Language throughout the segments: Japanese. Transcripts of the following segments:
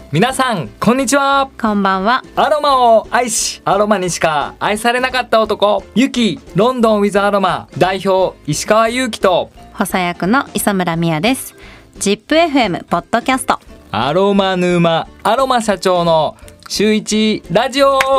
皆さんこんにちは。 こんばんは。 アロマを愛しアロマにしか愛されなかった男、ユキロンドン with アロマ代表石川祐希と補佐役の磯村美也です。 ZIPFM ポッドキャストアロマ沼アロマ社長の週一ラジオ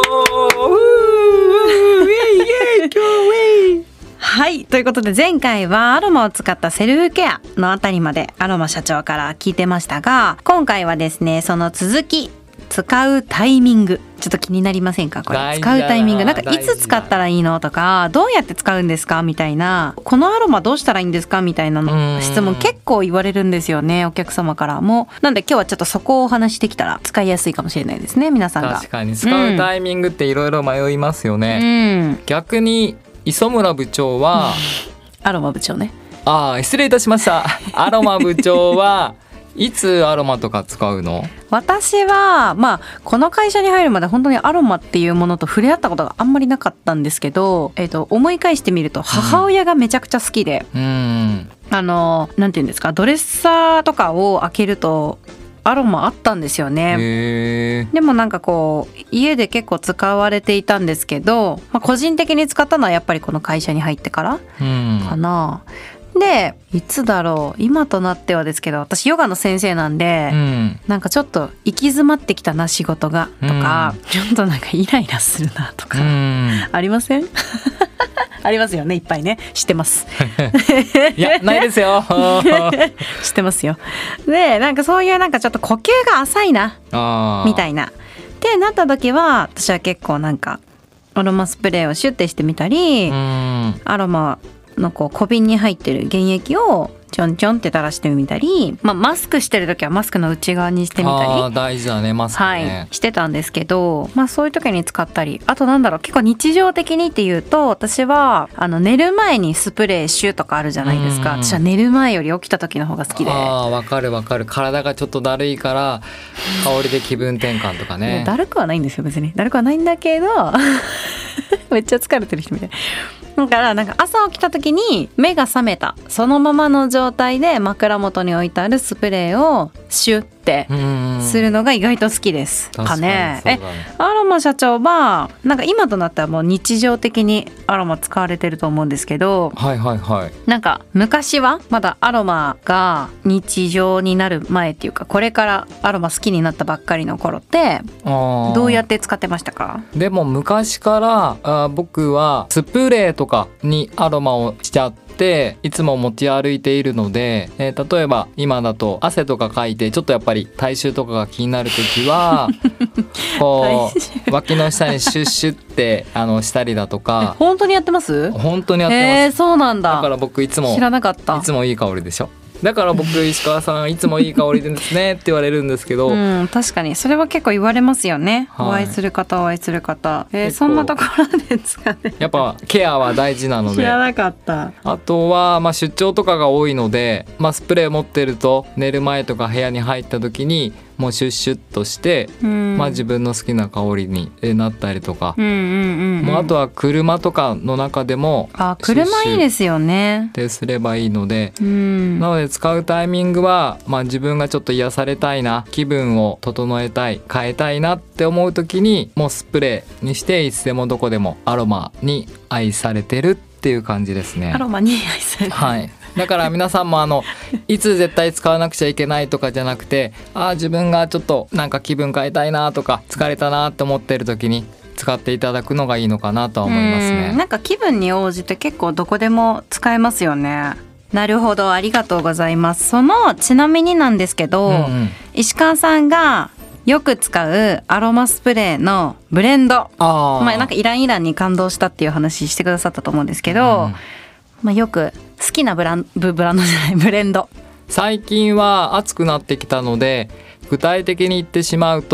はい、ということで前回はアロマを使ったセルフケアのあたりまでアロマ社長から聞いてましたが、今回はですねその続き、使うタイミングちょっと気になりませんか？これ使うタイミング、なんかいつ使ったらいいのとか、どうやって使うんですかみたいな、このアロマどうしたらいいんですかみたいなの質問結構言われるんですよね、お客様からも。なんで今日はちょっとそこをお話してきたら使いやすいかもしれないですね、皆さんが。 確かに使うタイミングっていろいろ迷いますよね、逆に磯村部長はアロマ部長ね。 失礼いたしました。アロマ部長はいつアロマとか使うの？ 私はこの会社に入るまで本当にアロマっていうものと触れ合ったことがあんまりなかったんですけど、思い返してみると母親がめちゃくちゃ好きで、なんていうんですか、ドレッサーとかを開けるとアロマあったんですよね。でもなんかこう家で結構使われていたんですけど、個人的に使ったのはやっぱりこの会社に入ってからかな。でいつだろう、今となってはですけど、私ヨガの先生なんで、なんかちょっと行き詰まってきたな仕事がとか、ちょっとなんかイライラするなとか、ありません？ありますよね、いっぱいね。知ってますいやないですよ知ってますよ。でなんかそういうなんかちょっと呼吸が浅いなみたいなってなった時は、私は結構なんかアロマスプレーをシュッてしてみたり、アロマのこう小瓶に入ってる原液をちょんちょんって垂らしてみたり、マスクしてる時はマスクの内側にしてみたり、 大事だねマスクね、 してたんですけど、そういう時に使ったり、あとなんだろう、結構日常的にっていうと、私は寝る前にスプレーシュとかあるじゃないですか。私は寝る前より起きた時の方が好きで。 わかるわかる。体がちょっとだるいから香りで気分転換とかね。 だるくはないんですよ、別にだるくはないんだけどめっちゃ疲れてる人みたい。だからなんか朝起きた時に目が覚めたそのままの状態で枕元に置いてあるスプレーをシュッてするのが意外と好きですかね。アロマ社長はなんか今となってはもう日常的にアロマ使われてると思うんですけど、なんか昔はまだアロマが日常になる前っていうか、これからアロマ好きになったばっかりの頃ってどうやって使ってましたか？ でも昔から僕はスプレーとかにアロマをしちゃっていつも持ち歩いているので、例えば今だと汗とかかいてちょっとやっぱり体臭とかが気になるときはこう脇の下にシュッシュってしたりだとか。 本当にやってます？ 本当にやってます。 そうなんだ。 だから僕いつも知らなかった。 いつもいい香りでしょ。だから僕石川さんいつもいい香りですねって言われるんですけど、 確かにそれは結構言われますよね、お会いする方そんなところですかね。 やっぱケアは大事なので。 知らなかった。 あとは出張とかが多いので、スプレー持ってると寝る前とか部屋に入った時にもうシュッシュッとして、自分の好きな香りになったりとか、あとは車とかの中でも車いいですよねってすればいいので、なので使うタイミングは、自分がちょっと癒されたいな、気分を整えたい、変えたいなって思う時にもうスプレーにしていつでもどこでもアロマに愛されてるっていう感じですね。 アロマに愛されてる、 だから皆さんもいつ絶対使わなくちゃいけないとかじゃなくて、自分がちょっとなんか気分変えたいなとか疲れたなって思ってる時に使っていただくのがいいのかなとは思いますね。 なんか気分に応じて結構どこでも使えますよね。なるほど、ありがとうございます。ちなみになんですけど、石川さんがよく使うアロマスプレーのブレンド、なんかイランに感動したっていう話してくださったと思うんですけど、よく好きなブレンド。 最近は暑くなってきたので具体的に言ってしまうと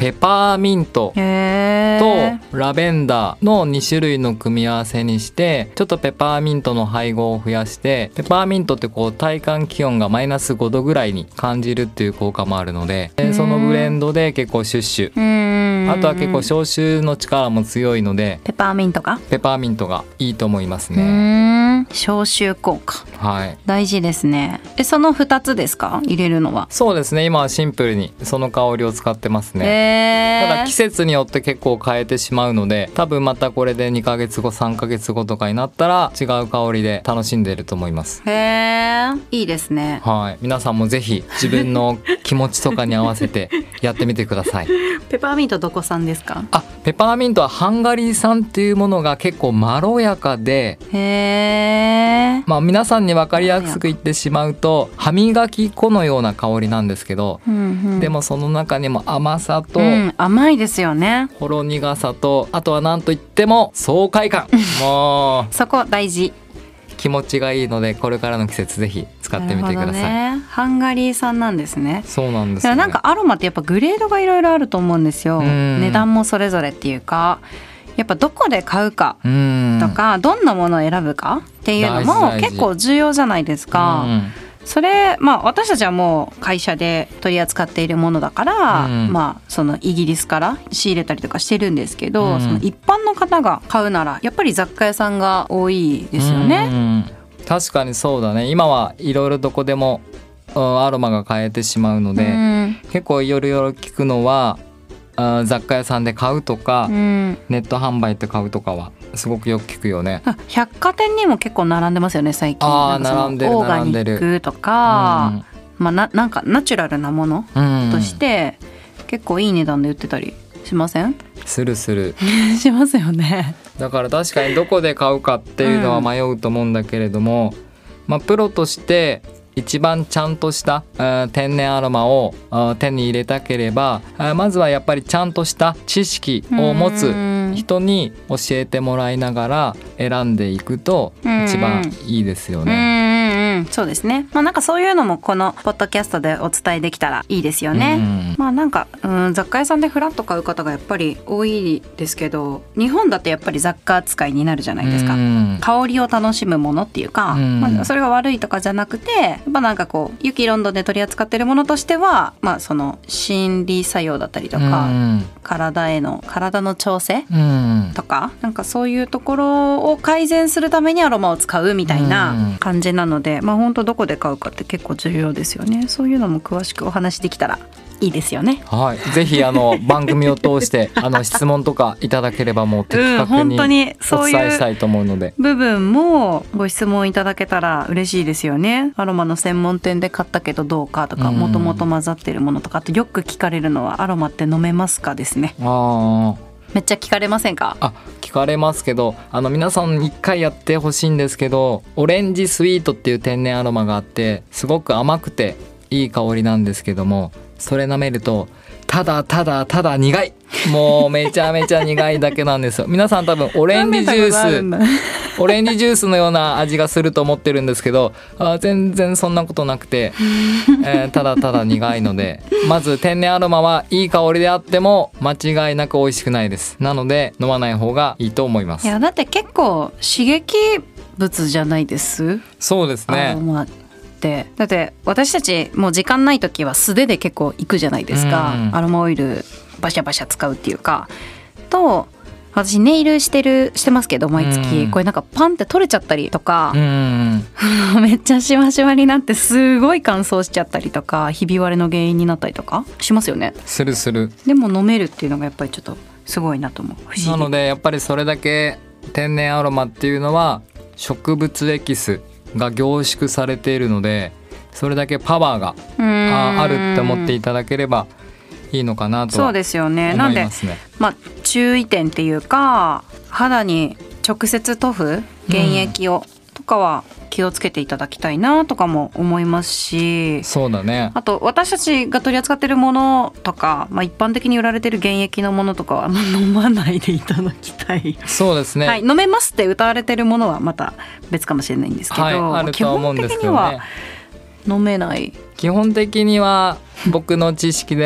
ペパーミントへとラベンダーの2種類の組み合わせにして、ちょっとペパーミントの配合を増やして、ペパーミントってこう体感気温がマイナス5度ぐらいに感じるっていう効果もあるので、そのブレンドで結構シュッシュ、あとは結構消臭の力も強いので、 ペパーミントがいいと思いますね。 消臭効果、 はい、 大事ですね。その2つですか、入れるのは。 そうですね、今はシンプルにその香りを使ってますね。ただ季節によって結構変えてしまうので、多分またこれで2ヶ月後3ヶ月後とかになったら違う香りで楽しんでると思います。 へー、いいですね。 はい、皆さんもぜひ自分の気持ちとかに合わせてやってみてください。 ペパーミントどこ産ですか？ ペパーミントはハンガリー産っていうものが結構まろやかで、 へー、 皆さんに分かりやすく言ってしまうと歯磨き粉のような香りなんですけど、でもその中にも甘さと、 甘いですよね。 ほろ苦さと、あとは何といっても爽快感もうそこ大事。 気持ちがいいので、これからの季節ぜひ使ってみてください。 ハンガリー産なんですね。 そうなんですよね。 なんかアロマってやっぱグレードがいろいろあると思うんですよ。値段もそれぞれっていうか、やっぱどこで買うかとか、どんなものを選ぶかっていうのも結構重要じゃないですか。それ私たちはもう会社で取り扱っているものだから、そのイギリスから仕入れたりとかしてるんですけど、その一般の方が買うならやっぱり雑貨屋さんが多いですよね。 確かにそうだね。今はいろいろどこでもアロマが買えてしまうので、結構いろいろ聞くのは雑貨屋さんで買うとか、ネット販売で買うとかはすごくよく聞くよね。 百貨店にも結構並んでますよね最近。 並んでるオーガニックとか、なんかナチュラルなものとして結構いい値段で売ってたりしません？ するしますよね。 だから確かにどこで買うかっていうのは迷うと思うんだけれども、プロとして一番ちゃんとした天然アロマを手に入れたければ、まずはやっぱりちゃんとした知識を持つ人に教えてもらいながら選んでいくと一番いいですよね。 そうですね。なんかそういうのもこのポッドキャストでお伝えできたらいいですよね。なんか雑貨屋さんでフラッと買う方がやっぱり多いですけど、日本だとやっぱり雑貨扱いになるじゃないですか。香りを楽しむものっていうか、それが悪いとかじゃなくて、やっぱなんかこうユキロンドンで取り扱ってるものとしては、その心理作用だったりとか、体の調整とか、なんかそういうところを改善するためにアロマを使うみたいな感じなので、本当どこで買うかって結構重要ですよね。そういうのも詳しくお話できたらいいですよね。 はい、ぜひ番組を通して質問とかいただければもう的確にお伝えしたいと思うので、 部分もご質問いただけたら嬉しいですよね。アロマの専門店で買ったけどどうかとか、もともと混ざってるものとか、あとよく聞かれるのはアロマって飲めますかですね。めっちゃ聞かれませんか？ 聞かれますけど、皆さん一回やってほしいんですけど、オレンジスイートっていう天然アロマがあって、すごく甘くていい香りなんですけども、それ舐めるとただ苦い、もうめちゃめちゃ苦いだけなんですよ。皆さん多分オレンジジュースのような味がすると思ってるんですけど、全然そんなことなくて、ただ苦いので、まず天然アロマはいい香りであっても間違いなく美味しくないです。なので飲まない方がいいと思います。 いやだって結構刺激物じゃないです？ そうですね。 アロマだって私たちもう時間ない時は素手で結構行くじゃないですか。アロマオイルバシャバシャ使うっていうかと、私ネイルしてますけど毎月これなんかパンって取れちゃったりとか、めっちゃシワシワになってすごい乾燥しちゃったりとか、ひび割れの原因になったりとかしますよね。 するでも飲めるっていうのがやっぱりちょっとすごいなと思う。不思議。 なのでやっぱりそれだけ天然アロマっていうのは植物エキスが凝縮されているので、それだけパワーがあるって思っていただければいいのかなとは思いますね。そうですよね。なんで、注意点っていうか、肌に直接塗布原液をとかは気をつけていただきたいなとかも思いますし、 そうだね。 あと私たちが取り扱ってるものとか、一般的に売られてる原液のものとかは飲まないでいただきたい。 そうですね、 飲めますって歌われてるものはまた別かもしれないんですけど、 あるとは思うんですけどね。 飲めない。 基本的には僕の知識では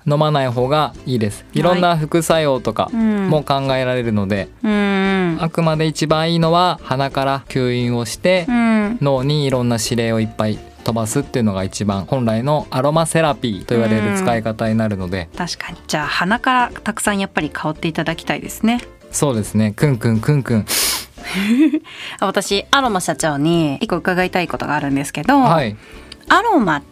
飲まない方がいいです。いろんな副作用とかも考えられるので、あくまで一番いいのは鼻から吸引をして、脳にいろんな指令をいっぱい飛ばすっていうのが一番本来のアロマセラピーと言われる使い方になるので、 確かに。じゃあ鼻からたくさんやっぱり香っていただきたいですね。 そうですね。クンクンクンクン私アロマ社長に一個伺いたいことがあるんですけど、 はい、 アロマって、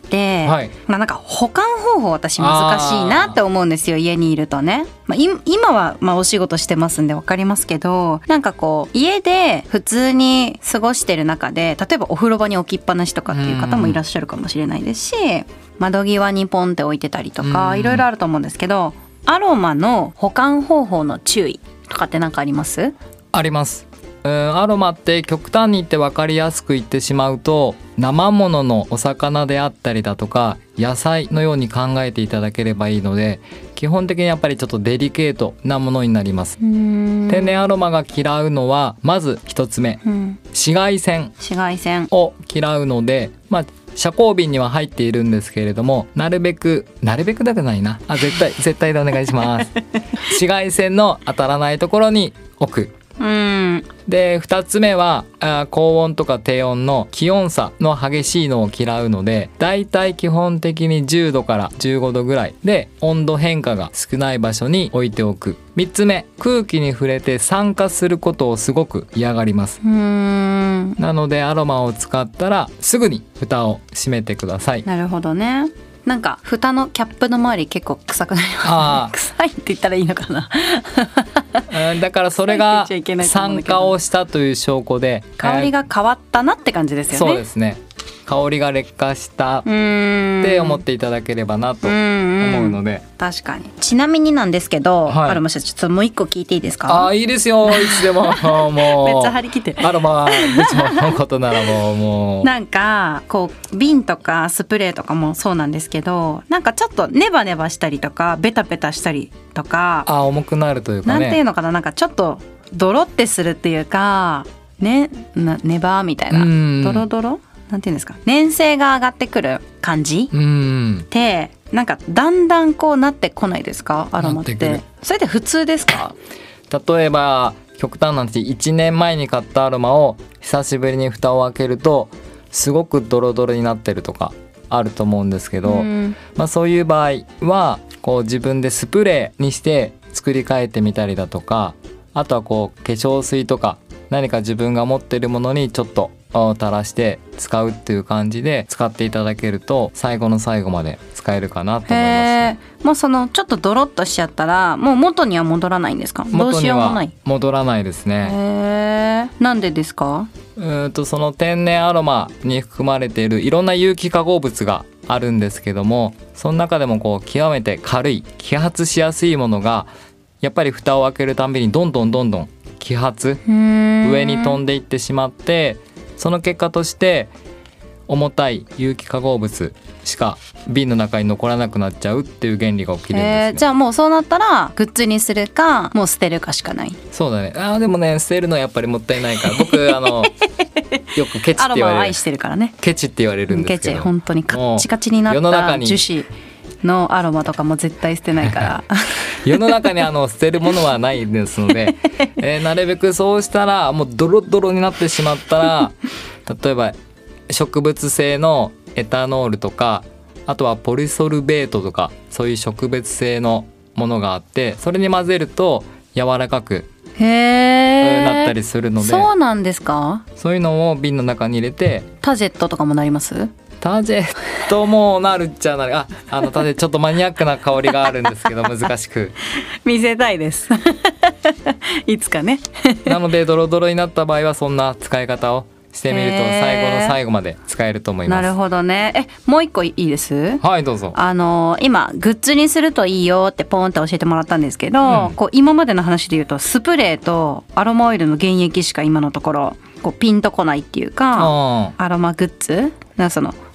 なんか保管方法私難しいなって思うんですよ、家にいるとね。今はお仕事してますんで分かりますけど、なんかこう家で普通に過ごしてる中で、例えばお風呂場に置きっぱなしとかっていう方もいらっしゃるかもしれないですし、窓際にポンって置いてたりとかいろいろあると思うんですけど、アロマの保管方法の注意とかって何かあります？ あります。アロマって極端に言って分かりやすく言ってしまうと、生もののお魚であったりだとか野菜のように考えていただければいいので、基本的にやっぱりちょっとデリケートなものになります。天然アロマが嫌うのはまず一つ目、紫外線を嫌うので、遮光瓶には入っているんですけれども、なるべくだけないな、絶対でお願いします紫外線の当たらないところに置く。で2つ目は高温とか低温の気温差の激しいのを嫌うので、だいたい基本的に10度から15度ぐらいで温度変化が少ない場所に置いておく。3つ目、空気に触れて酸化することをすごく嫌がります。なのでアロマを使ったらすぐに蓋を閉めてください。 なるほどね。なんか蓋のキャップの周り結構臭くなります、ね、臭いって言ったらいいのかなだからそれが酸化をしたという証拠で、 香りが変わったなって感じですよね。 そうですね。香りが劣化したって思っていただければなと思うので。 確かに。ちなみになんですけど、アロマ社長ちょっともう一個聞いていいですか？ いいですよ、いつでももうめっちゃ張り切ってアロマ部長のことならもうなんかこう瓶とかスプレーとかもそうなんですけど、なんかちょっとネバネバしたりとかベタベタしたりとか、 重くなるというかね、 なんていうのかな、なんかちょっとドロってするっていうかね、ネバーみたいなドロドロなんていうんですか、粘性が上がってくる感じってなんかだんだんこうなってこないですか、アロマって。それで普通ですか？ 例えば極端な話、1年前に買ったアロマを久しぶりに蓋を開けるとすごくドロドロになってるとかあると思うんですけど、そういう場合はこう自分でスプレーにして作り変えてみたりだとか、あとはこう化粧水とか何か自分が持っているものにちょっと垂らして使うっていう感じで使っていただけると最後の最後まで使えるかなと思います。 もうそのちょっとドロッとしちゃったらもう元には戻らないんですか？どうしようもない。 戻らないですね。 なんでですか？ その天然アロマに含まれているいろんな有機化合物があるんですけども、その中でもこう極めて軽い揮発しやすいものがやっぱり蓋を開けるたびにどんどん揮発上に飛んでいってしまって、その結果として重たい有機化合物しか瓶の中に残らなくなっちゃうっていう原理が起きるんですね。 じゃあもうそうなったらグッズにするかもう捨てるかしかない。 そうだね。でもね、捨てるのはやっぱりもったいないから僕よくケチって言われる。アロマを愛してるからね。 ケチって言われるんですけど、 ケチ本当にカッチカチになった樹脂のアロマとかも絶対捨てないから世の中に捨てるものはないですので、なるべくそうしたらもうドロドロになってしまったら例えば植物性のエタノールとか、あとはポリソルベートとかそういう植物性のものがあって、それに混ぜると柔らかくなったりするので。 そうなんですか？ そういうのを瓶の中に入れて。 タジェットとかもなります？ タジェットもなるっちゃなる。タジェちょっとマニアックな香りがあるんですけど難しく見せたいですいつかねなのでドロドロになった場合はそんな使い方をしてみると最後の最後まで使えると思います。 なるほどね。もう一個いいです？ はい、どうぞ。 今グッズにするといいよってポンって教えてもらったんですけど、こう今までの話で言うとスプレーとアロマオイルの原液しか今のところこうピンとこないっていうか、アロマグッズその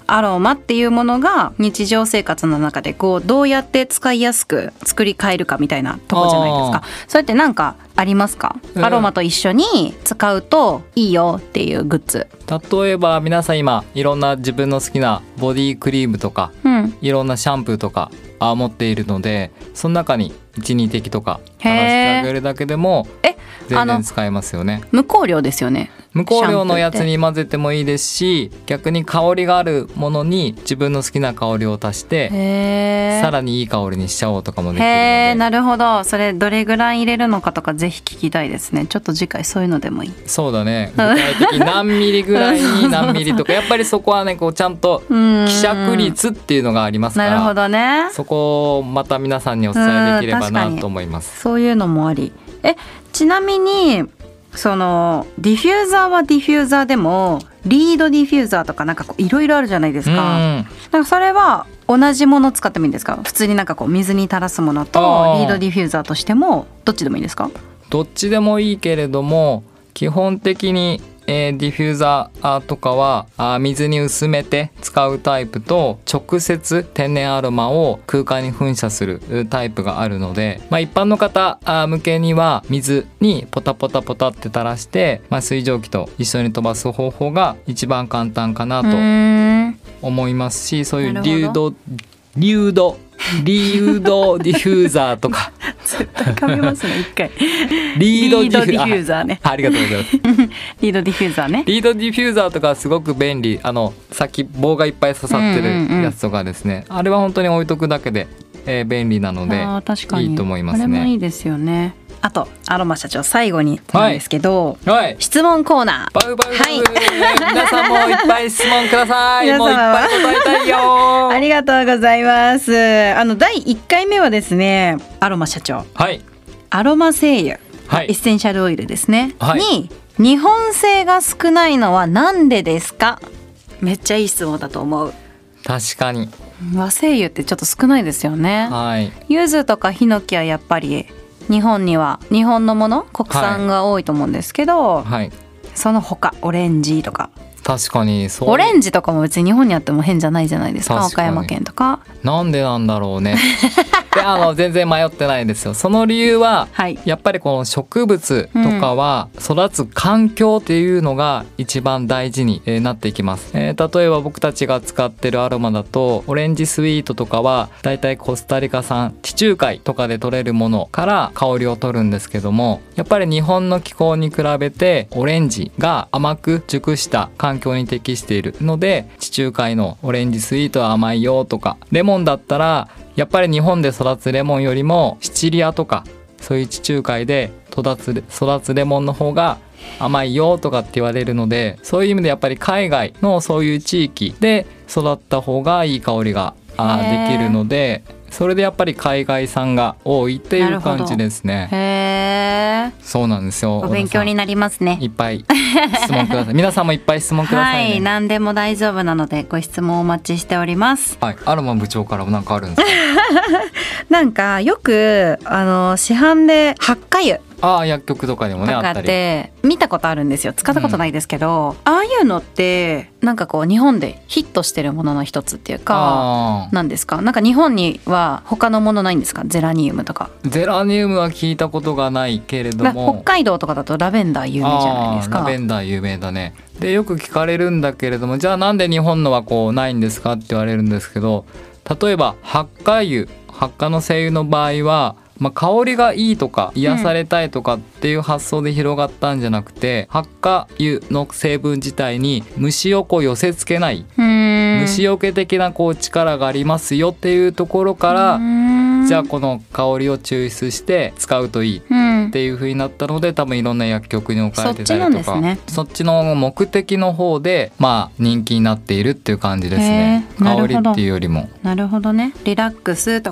アロマっていうものが日常生活の中でこうどうやって使いやすく作り変えるかみたいなとこじゃないですか。それってなんかありますか？アロマと一緒に使うといいよっていうグッズ。 例えば皆さん今いろんな自分の好きなボディクリームとか、いろんなシャンプーとか持っているので、その中に 1,2 滴とか垂らしてあげるだけでも全然使えますよね。 無香料ですよね。 無香料のやつに混ぜてもいいですし、逆に香りがあるものに自分の好きな香りを足してさらにいい香りにしちゃおうとかもできるので。 なるほど。それどれぐらい入れるのかとかぜひ聞きたいですね。ちょっと次回そういうのでもいい。 そうだね、具体的に何ミリぐらいに何ミリとかやっぱりそこはねこうちゃんと希釈率っていうのがありますから、 なるほどね、 そこをまた皆さんにお伝えできればなと思います。 そういうのもあり。ちなみにそのディフューザーはディフューザーでもリードディフューザーとかなんかいろいろあるじゃないですか。なんかそれは同じもの使ってもいいんですか？普通になんかこう水に垂らすものとリードディフューザーとしてもどっちでもいいですか？ どっちでもいいけれども基本的にディフューザーとかは水に薄めて使うタイプと直接天然アロマを空間に噴射するタイプがあるので、一般の方向けには水にポタポタポタって垂らして、水蒸気と一緒に飛ばす方法が一番簡単かなと思いますし、そういう流動ディフューザーとか絶対噛みますね一回。 リードディフューザーね。 ありがとうございます。 リードディフューザーね。 リードディフューザーとかすごく便利。さっき棒がいっぱい刺さってるやつとかですね、あれは本当に置いとくだけで、便利なのでいいと思いますね。 あれもいいですよね。あとアロマ社長最後になんですけど、質問コーナー。皆さんもいっぱい質問ください。もういっぱい答えたいよ。 ありがとうございます。第1回目はですね、アロマ社長、アロマ精油、エッセンシャルオイルですね、に日本製が少ないのはなんでですか？めっちゃいい質問だと思う。 確かに和精油ってちょっと少ないですよね。柚子とかヒノキはやっぱり日本には日本のもの国産が多いと思うんですけど、その他オレンジとか。 確かにそう。 オレンジとかも別に日本にあっても変じゃないじゃないですか。岡山県とか。 なんでなんだろうね。で全然迷ってないですよ。その理由は、やっぱりこの植物とかは育つ環境っていうのが一番大事になっていきます。例えば僕たちが使ってるアロマだとオレンジスイートとかはだいたいコスタリカ産地中海とかで取れるものから香りを取るんですけども、やっぱり日本の気候に比べてオレンジが甘く熟した環境に適しているので、地中海のオレンジスイートは甘いよとか、レモンだったらやっぱり日本で育つレモンよりもシチリアとかそういう地中海で育つレモンの方が甘いよとかって言われるので、そういう意味でやっぱり海外のそういう地域で育った方がいい香りができるので、それでやっぱり海外産が多いっていう感じですね。そうなんですよ。 お勉強になりますね。 いっぱい質問ください。皆さんもいっぱい質問くださいね。 何でも大丈夫なのでご質問お待ちしております。 アロマ部長からも何かあるんですか？ なんかよく市販でハッカ油薬局とかでもねあったりって見たことあるんですよ。使ったことないですけど、ああいうのってなんかこう日本でヒットしてるものの一つっていうか、なんですか？なんか日本には他のものないんですか？ゼラニウムとか。 ゼラニウムは聞いたことがないけれども、 北海道とかだとラベンダー有名じゃないですか。 ラベンダー有名だね。でよく聞かれるんだけれども、じゃあなんで日本のはこうないんですかって言われるんですけど、例えば発火の精油の場合は香りがいいとか癒されたいとかっていう発想で広がったんじゃなくて、発火油の成分自体に虫をこう寄せ付けない、虫除け的なこう力がありますよっていうところから、じゃあこの香りを抽出して使うといいっていう風になったので、多分いろんな薬局に置かれてたりとか、そっちの目的の方で人気になっているっていう感じですね。香りっていうよりも。 なるほどね。リラックスとか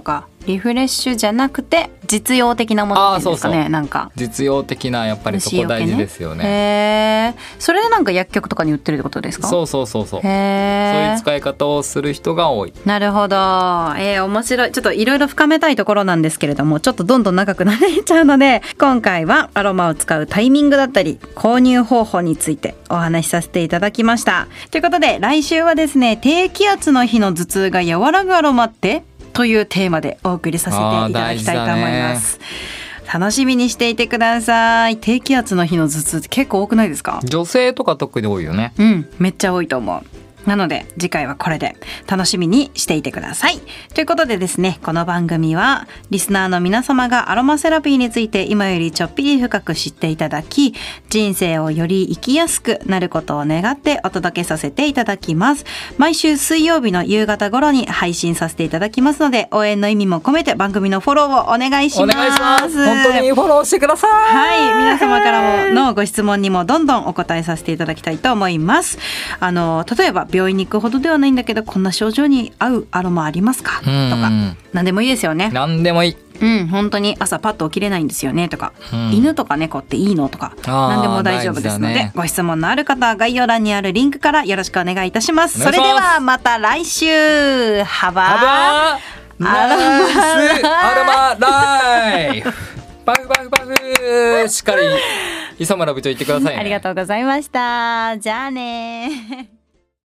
リフレッシュじゃなくて実用的なものっていうんですかね。 そうそう、 なんか実用的なやっぱりそこ大事ですよね。 へー、それでなんか薬局とかに売ってるってことですか？ そうそうそうそう。そうへー、 いう使い方をする人が多い。 なるほど。面白い。ちょっといろいろ深めたいところなんですけれども、ちょっとどんどん長くなっていっちゃうので、今回はアロマを使うタイミングだったり購入方法についてお話しさせていただきました。ということで来週はですね、低気圧の日の頭痛が和らぐアロマってというテーマでお送りさせていただきたいと思います。楽しみにしていてください。低気圧の日の頭痛って結構多くないですか？ 女性とか特に多いよね。 うん、めっちゃ多いと思う。なので次回はこれで楽しみにしていてください。ということでですね、この番組はリスナーの皆様がアロマセラピーについて今よりちょっぴり深く知っていただき、人生をより生きやすくなることを願ってお届けさせていただきます。毎週水曜日の夕方頃に配信させていただきますので、応援の意味も込めて番組のフォローをお願いします。 お願いします。本当にフォローしてください。 はい、皆様からものご質問にもどんどんお答えさせていただきたいと思います。例えば病院に行くほどではないんだけどこんな症状に合うアロマありますかとか、何でもいいですよね。 何でもいい。 本当に朝パッと起きれないんですよねとか、犬とか猫っていいのとか、何でも大丈夫ですので、ご質問のある方は概要欄にあるリンクからよろしくお願いいたします。それではまた来週。ハバーアロマライフ。バフバフバフ。しっかり磯村部長言ってくださいね。 ありがとうございました。じゃあね。